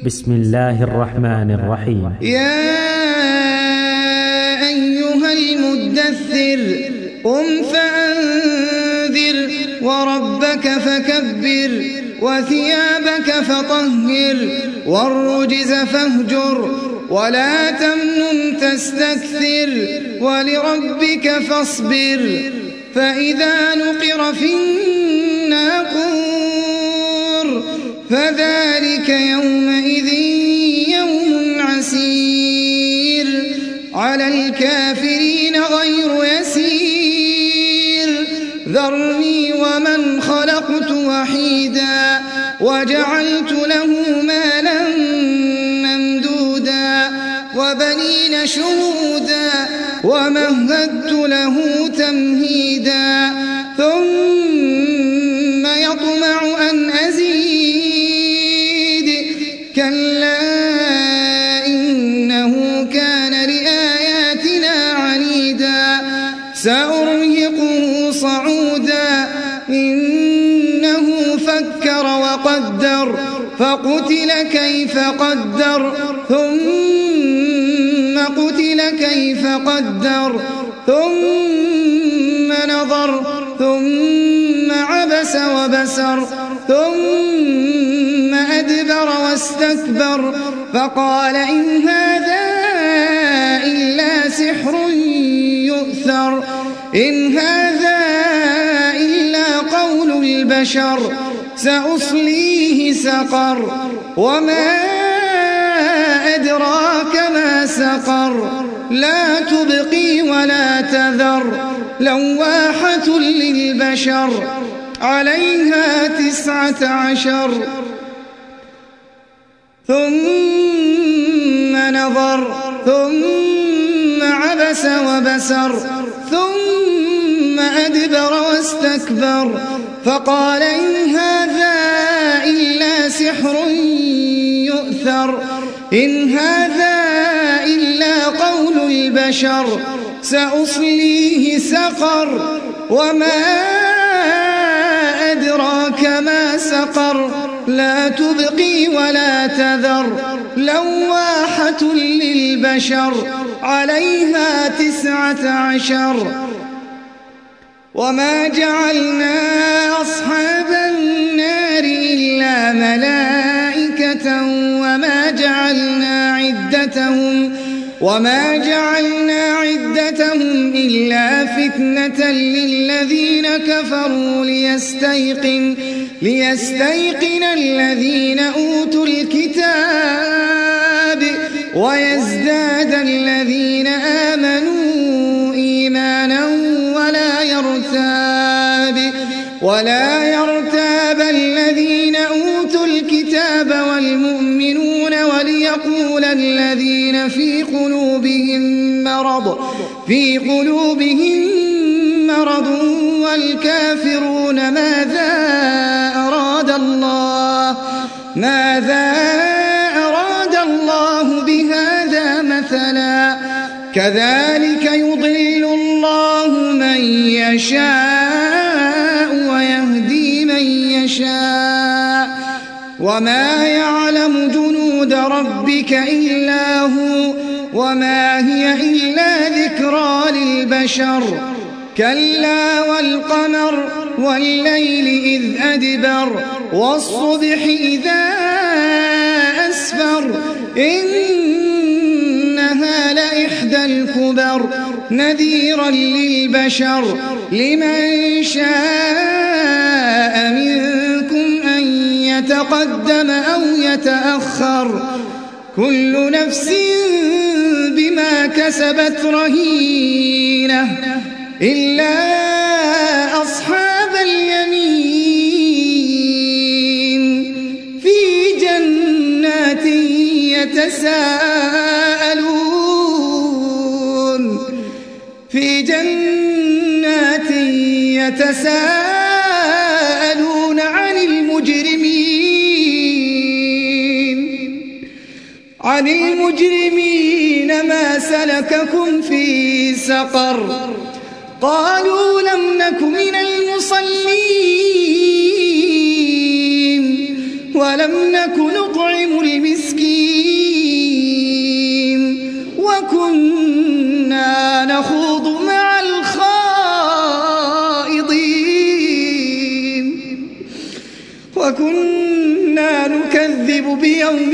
بسم الله الرحمن الرحيم. يا أيها المدثر قم فأنذر وربك فكبر وثيابك فطهر والرجز فاهجر ولا تمنن تستكثر ولربك فاصبر فإذا نقر في الناقور فذلك يومئذ يوم عسير على الكافرين غير يسير ذرني ومن خلقت وحيدا وجعلت له مالا ممدودا وبنين شهودا ومهدت له تمهيدا ثم يطمع أن أزيد كلا إنه كان لآياتنا عنيدا سأرهقه صعودا إنه فكر وقدر فقتل كيف قدر ثم قتل كيف قدر ثم نظر ثم عبس وبسر ثم أدبر واستكبر فقال إن هذا إلا سحر يؤثر إن هذا إلا قول البشر سأصليه سقر وما أدراك ما سقر لا تبقي ولا تذر لواحة للبشر عليها 19 ثم نظر ثم عبس وبسر ثم أدبر واستكبر فقال إن هذا إلا سحر يؤثر إن هذا إلا قول البشر سأصليه سقر وما أدراك ما سقر لا تبقي ولا تذر لواحة للبشر عليها 19 وما جعلنا أصحاب النار إلا ملائكة وما جعلنا عدتهم إلا فتنة للذين كفروا ليستيقن الذين أوتوا الكتاب ويزداد الذين آمنوا إيمانا ولا يرتاب الذين أوتوا الكتاب والمؤمنون وليقول الذين في قلوبهم مرض والكافرون ماذا أراد الله بهذا مثلا كذلك يضل الله من يشاء ويهدي من يشاء وما يعلم جنود ربك إلا هو وما هي إلا ذكرى للبشر كلا والقمر والليل إذ أدبر والصبح إذا أسفر إنها لإحدى الكبر نذيرا للبشر لمن شاء منكم أن يتقدم أو يتأخر كل نفس بما كسبت رهينة إلا أصحاب اليمين في جنات يتساءلون عن المجرمين ما سلككم في سقر قالوا لم نك من المصلين ولم نك نطعم المسكين بيوم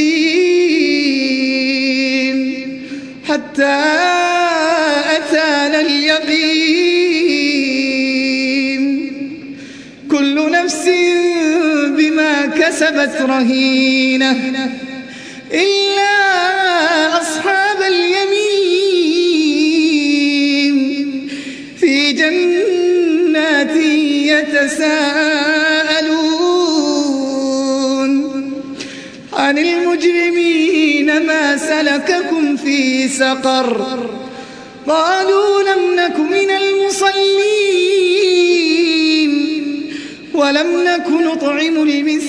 الدين حتى أتانا اليقين كل نفس بما كسبت رهينة إلا أصحاب اليمين في جنات يتساءلون عن المجرمين ما سلككم في سقر قالوا لم نك من المصلين ولم نك نطعم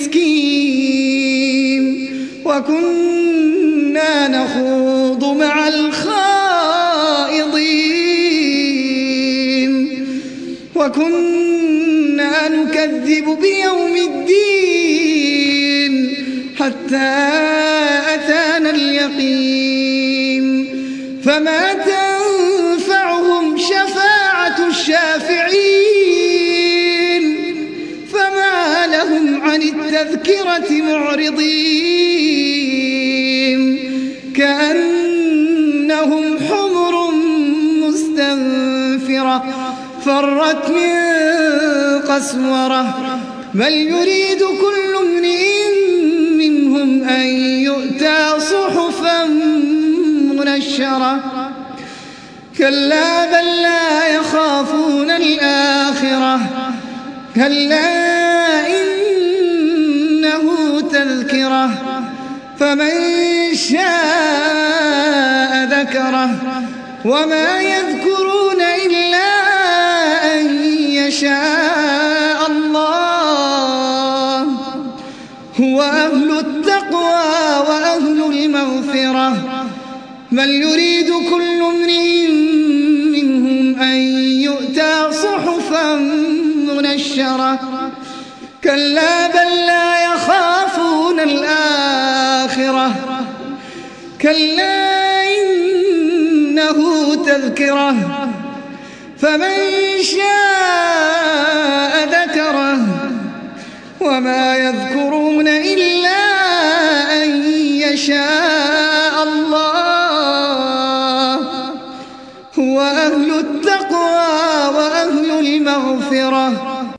المسكين وكنا نخوض مع الخائضين وكنا نكذب بيوم الدين حتى أتانا اليقين فما تنفعهم شفاعة الشافعين فما لهم عن التذكرة معرضين كأنهم حمر مستنفرة فرت من قسورة بل يريد كل امرئ منهم أن يؤتى صحفا منشرة كلا بل لا يخافون الآخرة كلا إنه تذكرة فمن شاء ذكره وما يذكرون إلا أن يشاء الله هو أهل التقوى وأهل المغفرة بل يريد كل امرئ منهم أن يؤتى صحفا منشرة كلا بل لا يخافون الآخرة كلا إنه تذكرة فمن شاء ذكره وما يذكرون إلا أن يشاء الله هو أهل التقوى وأهل المغفرة